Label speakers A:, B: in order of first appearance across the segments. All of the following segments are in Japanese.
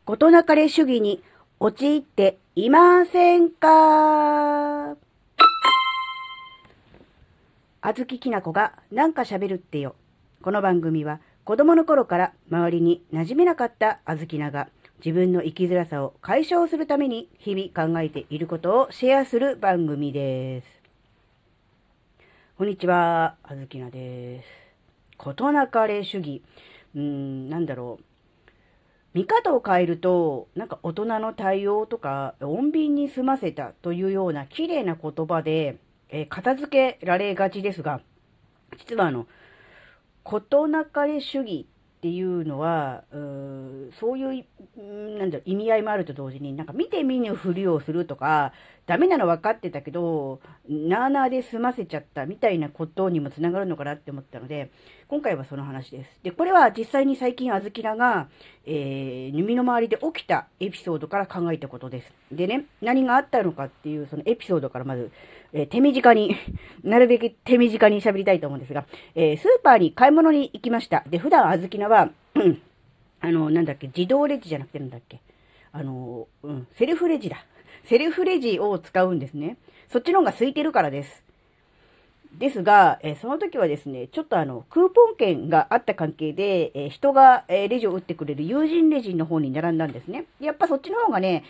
A: 事なかれ主義に陥っていませんか？あずききなこがなんか喋るってよ。この番組は子供の頃から周りに馴染めなかったあずきなが自分の生きづらさを解消するために日々考えていることをシェアする番組です。こんにちは、あずきなです。事なかれ主義。なんだろう。見方を変えると、なんか大人の対応とか、穏便に済ませたというような綺麗な言葉で、片付けられがちですが、実は事なかれ主義っていうのは、そういう、意味合いもあると同時に、なんか見て見ぬふりをするとか、ダメなの分かってたけど、なあなあで済ませちゃったみたいなことにもつながるのかなって思ったので、今回はその話です。で、これは実際に最近あずきらが、身の回りで起きたエピソードから考えたことです。でね、何があったのかっていうそのエピソードからまず、手短になるべく手短に喋りたいと思うんですが、スーパーに買い物に行きました。で、普段あずきなは、自動レジじゃなくてセルフレジだ。セルフレジを使うんですね。そっちの方が空いてるからです。ですが、その時はですね、ちょっとクーポン券があった関係で、人が、レジを打ってくれる友人レジの方に並んだんですね。やっぱそっちの方がね、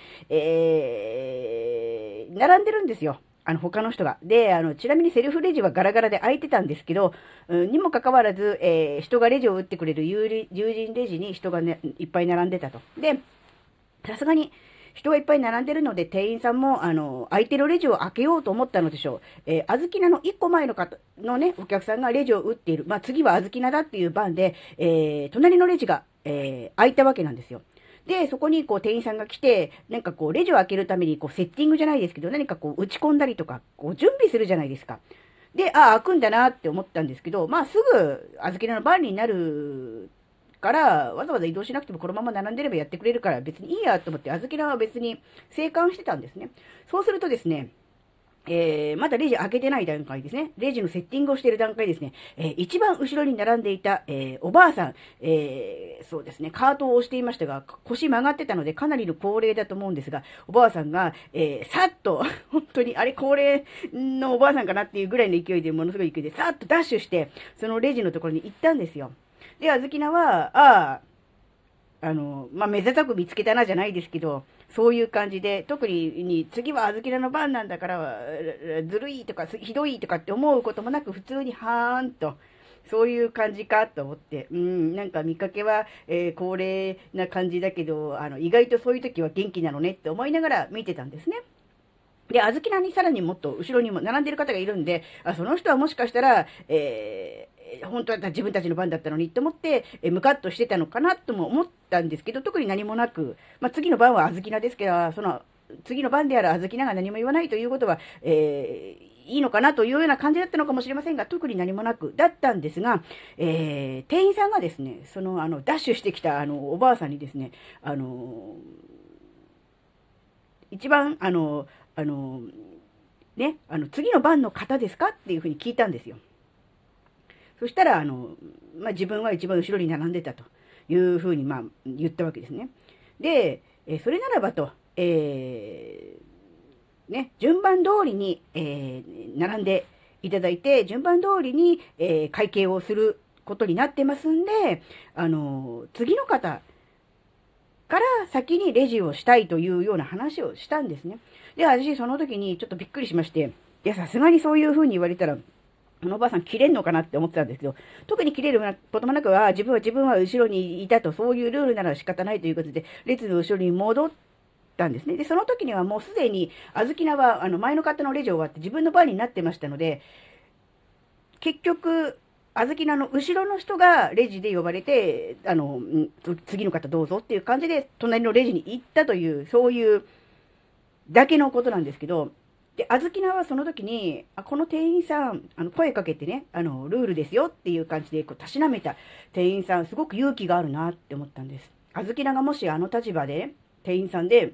A: 並んでるんですよ。他の人が。で、ちなみにセルフレジはガラガラで開いてたんですけど、にもかかわらず、人がレジを打ってくれる友人レジに人がね、いっぱい並んでたと。で、さすがに、人がいっぱい並んでるので、店員さんも、空いてるレジを開けようと思ったのでしょう。あずきなの1個前の方のね、お客さんがレジを打っている。まあ、次はあずきなだっていう番で、隣のレジが、開いたわけなんですよ。で、そこに店員さんが来て、レジを開けるためにセッティングじゃないですけど、何か打ち込んだりとか、準備するじゃないですか。で、開くんだなって思ったんですけど、まあすぐ、あずきなの番になるから、わざわざ移動しなくてもこのまま並んでればやってくれるから別にいいやと思って、あずきなは別に生還してたんですね。そうするとですね、まだレジ開けてない段階ですね。レジのセッティングをしている段階ですね。一番後ろに並んでいた、おばあさん、そうですね、カートを押していましたが、腰曲がってたのでかなりの高齢だと思うんですが、おばあさんが、さっと、本当に、あれ高齢のおばあさんかなっていうぐらいの勢いで、ものすごい勢いで、さっとダッシュして、そのレジのところに行ったんですよ。で、あずきなは、めでたく見つけたなじゃないですけど、そういう感じで、特に次はあずきらの番なんだから、ずるいとか、ひどいとかって思うこともなく、普通にはーんと、そういう感じかと思って、なんか見かけは、高齢な感じだけど、意外とそういう時は元気なのねって思いながら見てたんですね。で、あずきなにさらにもっと後ろにも並んでる方がいるんで、その人はもしかしたら、本当だったら自分たちの番だったのにって思って、ムカッとしてたのかなとも思ったんですけど、特に何もなく、まあ、次の番はあずきなですけど、その、次の番であるあずきなが何も言わないということは、いいのかなというような感じだったのかもしれませんが、特に何もなく、だったんですが、店員さんがですね、ダッシュしてきた、おばあさんにですね、一番、次の番の方ですかっていうふうに聞いたんですよ。そしたら、自分は一番後ろに並んでたというふうに、言ったわけですね。で、それならばと、順番通りに、並んでいただいて、順番通りに、会計をすることになってますんで、次の方から先にレジをしたいというような話をしたんですね。で、私その時にちょっとびっくりしまして、いや、さすがにそういう風に言われたら、このおばあさん切れんのかなって思ってたんですけど、特に切れることもなく、自分は後ろにいたと、そういうルールなら仕方ないということで、列の後ろに戻ったんですね。で、その時にはもうすでに、あずきなは、前の方のレジを終わって自分の番になってましたので、結局、あずきなの後ろの人がレジで呼ばれて、次の方どうぞっていう感じで、隣のレジに行ったという、そういうだけのことなんですけど、で、あずきなはその時に、この店員さん、声かけてね、ルールですよっていう感じで、たしなめた店員さん、すごく勇気があるなって思ったんです。あずきながもしあの立場で、店員さんで、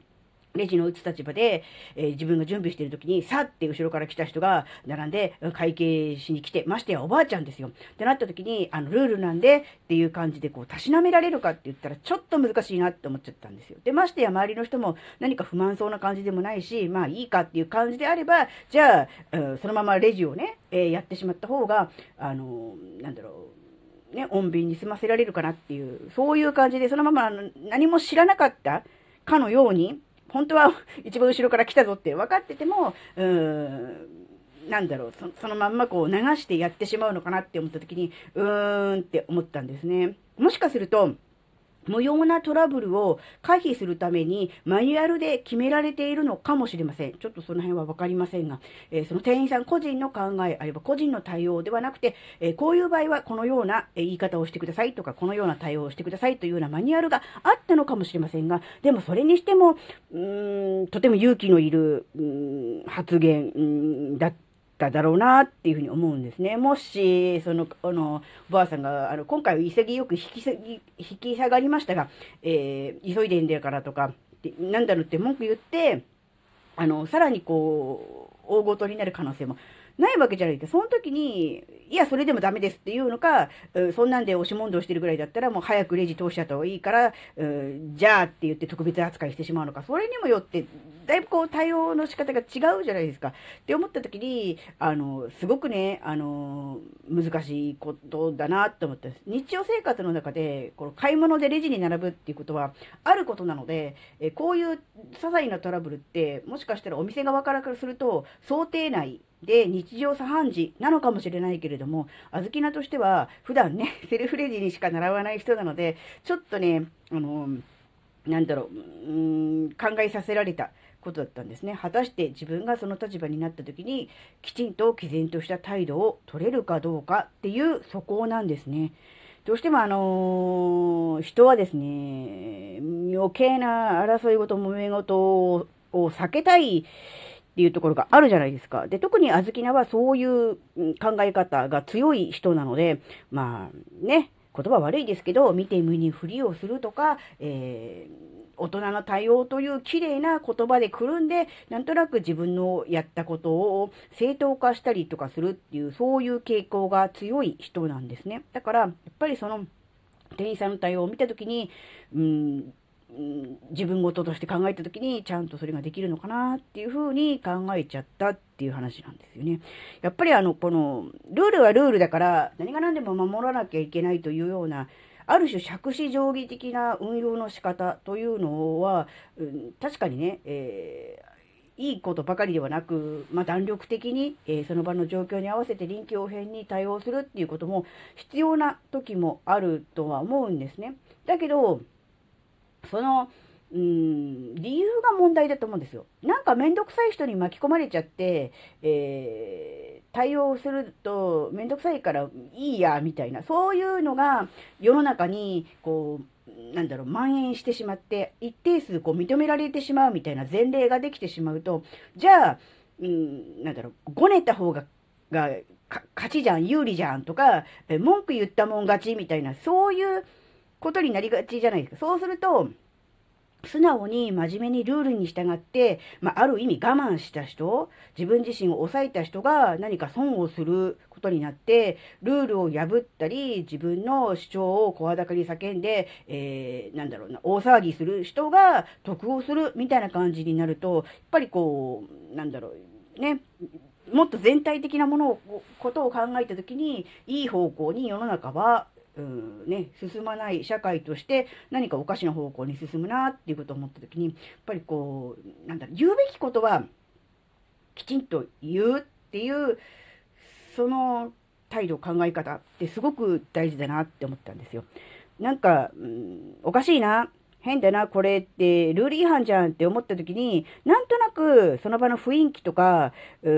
A: レジの打つ立場で、自分が準備している時に、さって後ろから来た人が並んで会計しに来て、ましてやおばあちゃんですよ。ってなった時に、ルールなんでっていう感じでこう、たしなめられるかって言ったら、ちょっと難しいなって思っちゃったんですよ。で、ましてや周りの人も何か不満そうな感じでもないし、まあいいかっていう感じであれば、じゃあ、そのままレジをね、やってしまった方が、なんだろう、ね、穏便に済ませられるかなっていう、そういう感じで、そのまま何も知らなかったかのように、本当は一番後ろから来たぞって分かってても、なんだろう、そのまんまこう流してやってしまうのかなって思った時に、って思ったんですね。もしかすると、無用なトラブルを回避するためにマニュアルで決められているのかもしれません。ちょっとその辺はわかりませんが、その店員さん個人の考え、あるいは個人の対応ではなくて、こういう場合はこのような言い方をしてくださいとか、このような対応をしてくださいというようなマニュアルがあったのかもしれませんが、でもそれにしても、とても勇気のいる、発言、だっただろうなっていうふうに思うんですね。もし、おばあさんが、今回は潔く引き下がりましたが、急いでんだからとか、なんだろうって文句言って、さらにこう、大ごとになる可能性もないわけじゃないですか。その時に、いや、それでもダメですっていうのか、そんなんで押し問答してるぐらいだったら、もう早くレジ通しちゃった方がいいから、じゃあって言って特別扱いしてしまうのか、それにもよって、だいぶこう対応の仕方が違うじゃないですか。って思った時に、すごくね、難しいことだなって思ったんです。日常生活の中で、この買い物でレジに並ぶっていうことはあることなので、こういう些細なトラブルって、もしかしたらお店側からすると、想定内で日常茶飯事なのかもしれないけれども、あずきなとしては、普段ね、セルフレジにしか習わない人なので、ちょっとね、なんだろう、考えさせられたことだったんですね。果たして自分がその立場になった時に、きちんと毅然とした態度を取れるかどうかっていうそこなんですね。どうしても人はですね、余計な争い事、揉め事を避けたいっていうところがあるじゃないですか。で、特にあずきなはそういう考え方が強い人なので、まあね、言葉悪いですけど、見て見ぬふりをするとか、大人の対応という綺麗な言葉でくるんで、なんとなく自分のやったことを正当化したりとかするっていう、そういう傾向が強い人なんですね。だから、やっぱりその、店員さんの対応を見たときに、自分事として考えたときに、ちゃんとそれができるのかなっていうふうに考えちゃったっていう話なんですよね。やっぱりこの、ルールはルールだから、何が何でも守らなきゃいけないというような、ある種杓子定規的な運用の仕方というのは、確かにね、いいことばかりではなく、まあ、弾力的に、その場の状況に合わせて臨機応変に対応するっていうことも必要な時もあるとは思うんですね。だけど、その、理由が問題だと思うんですよ。なんかめんどくさい人に巻き込まれちゃって、対応するとめんどくさいからいいや、みたいな、そういうのが世の中に、こう、なんだろう、蔓延してしまって、一定数こう認められてしまうみたいな前例ができてしまうと、じゃあ、なんだろう、ごねた方が勝ちじゃん、有利じゃんとか、文句言ったもん勝ちみたいな、そういうことになりがちじゃないですか。そうすると、素直に真面目にルールに従って、まあ、ある意味我慢した人、自分自身を抑えた人が何か損をすることになって、ルールを破ったり、自分の主張を声高に叫んで、なんだろうな、大騒ぎする人が得をするみたいな感じになると、やっぱりこう、なんだろう、ね、もっと全体的なことを考えたときに、いい方向に世の中は進まない社会として何かおかしな方向に進むなっていうことを思ったときに、やっぱりこう、言うべきことはきちんと言うっていう、その態度、考え方ってすごく大事だなって思ったんですよ。おかしいな。変だな、これって、ルール違反じゃんって思った時に、なんとなく、その場の雰囲気とか、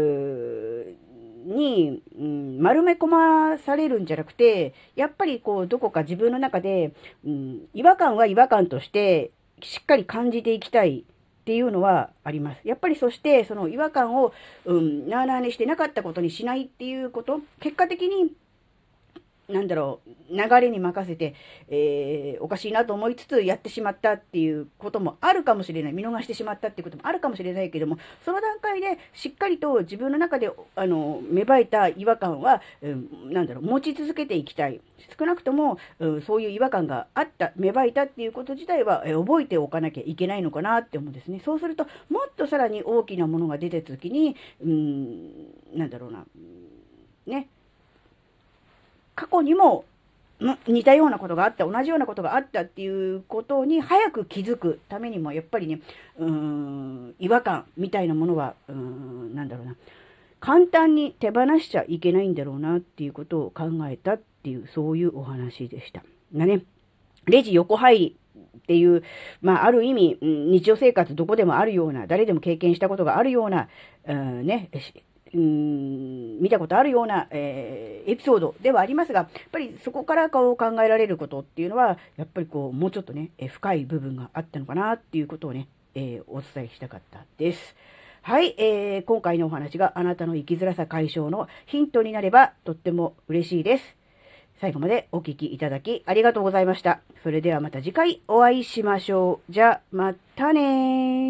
A: に、丸め込まされるんじゃなくて、やっぱりこう、どこか自分の中で、違和感は違和感として、しっかり感じていきたいっていうのはあります。やっぱりそして、その違和感を、なあなあにしてなかったことにしないっていうこと、結果的に、 なんだろう、流れに任せて、おかしいなと思いつつやってしまったっていうこともあるかもしれない。見逃してしまったっていうこともあるかもしれないけども、その段階でしっかりと自分の中で、芽生えた違和感は、なんだろう、持ち続けていきたい。少なくとも、そういう違和感があった、芽生えたっていうこと自体は、覚えておかなきゃいけないのかなって思うんですね。そうすると、もっとさらに大きなものが出てた時に、なんだろうな、ね、過去にも似たようなことがあった、同じようなことがあったっていうことに早く気づくためにも、やっぱりね、違和感みたいなものは、なんだろうな、簡単に手放しちゃいけないんだろうなっていうことを考えたっていう、そういうお話でした。ね、レジ横入りっていう、まあ、ある意味、日常生活どこでもあるような、誰でも経験したことがあるような、ね、見たことあるような、エピソードではありますが、やっぱりそこからこう考えられることっていうのは、やっぱりこう、もうちょっとね、深い部分があったのかなっていうことをね、お伝えしたかったです。はい、今回のお話があなたの生きづらさ解消のヒントになればとっても嬉しいです。最後までお聞きいただきありがとうございました。それではまた次回お会いしましょう。じゃあ、またねー。